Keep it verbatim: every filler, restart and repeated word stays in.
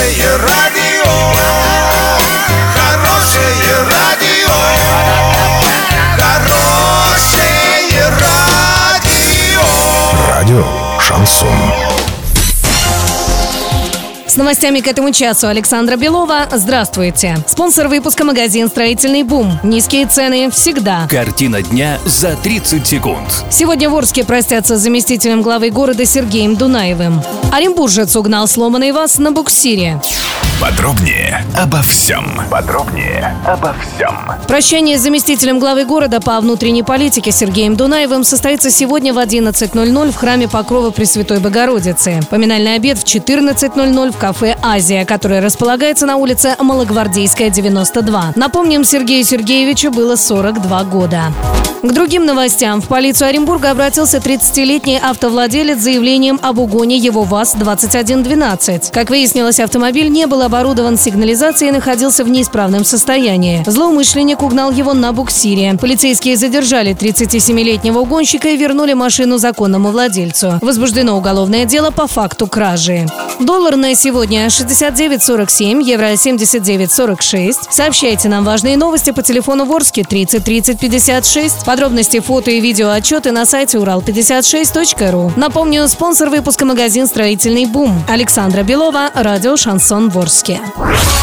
Хорошее радио, хорошее радио, хорошее радио. Радио Шансон. С новостями к этому часу Александра Белова. Здравствуйте. Спонсор выпуска — магазин «Строительный бум». Низкие цены всегда. Картина дня за тридцать секунд. Сегодня в Орске простятся с заместителем главы города Сергеем Дунаевым. Оренбуржец угнал сломанный ВАЗ на буксире. Подробнее обо всем. Подробнее обо всем. Прощание с заместителем главы города по внутренней политике Сергеем Дунаевым состоится сегодня в одиннадцать ноль ноль в храме Покрова Пресвятой Богородицы. Поминальный обед в четырнадцать ноль ноль в кафе «Азия», которое располагается на улице Малогвардейская, девяносто два. Напомним, Сергею Сергеевичу было сорок два года. К другим новостям. В полицию Оренбурга обратился тридцатилетний автовладелец с заявлением об угоне его ВАЗ двадцать один двенадцать. Как выяснилось, автомобиль не был оборудован сигнализацией и находился в неисправном состоянии. Злоумышленник угнал его на буксире. Полицейские задержали тридцатисемилетнего угонщика и вернули машину законному владельцу. Возбуждено уголовное дело по факту кражи. Доллар на сегодня шестьдесят девять сорок семь, евро семьдесят девять сорок шесть. Сообщайте нам важные новости по телефону в Орске тридцать тридцать пятьдесят шесть. Подробности, фото и видео отчеты на сайте урал пятьдесят шесть точка ру. Напомню, спонсор выпуска — магазин «Строительный бум». Александра Белова, радио «Шансон» в Орске.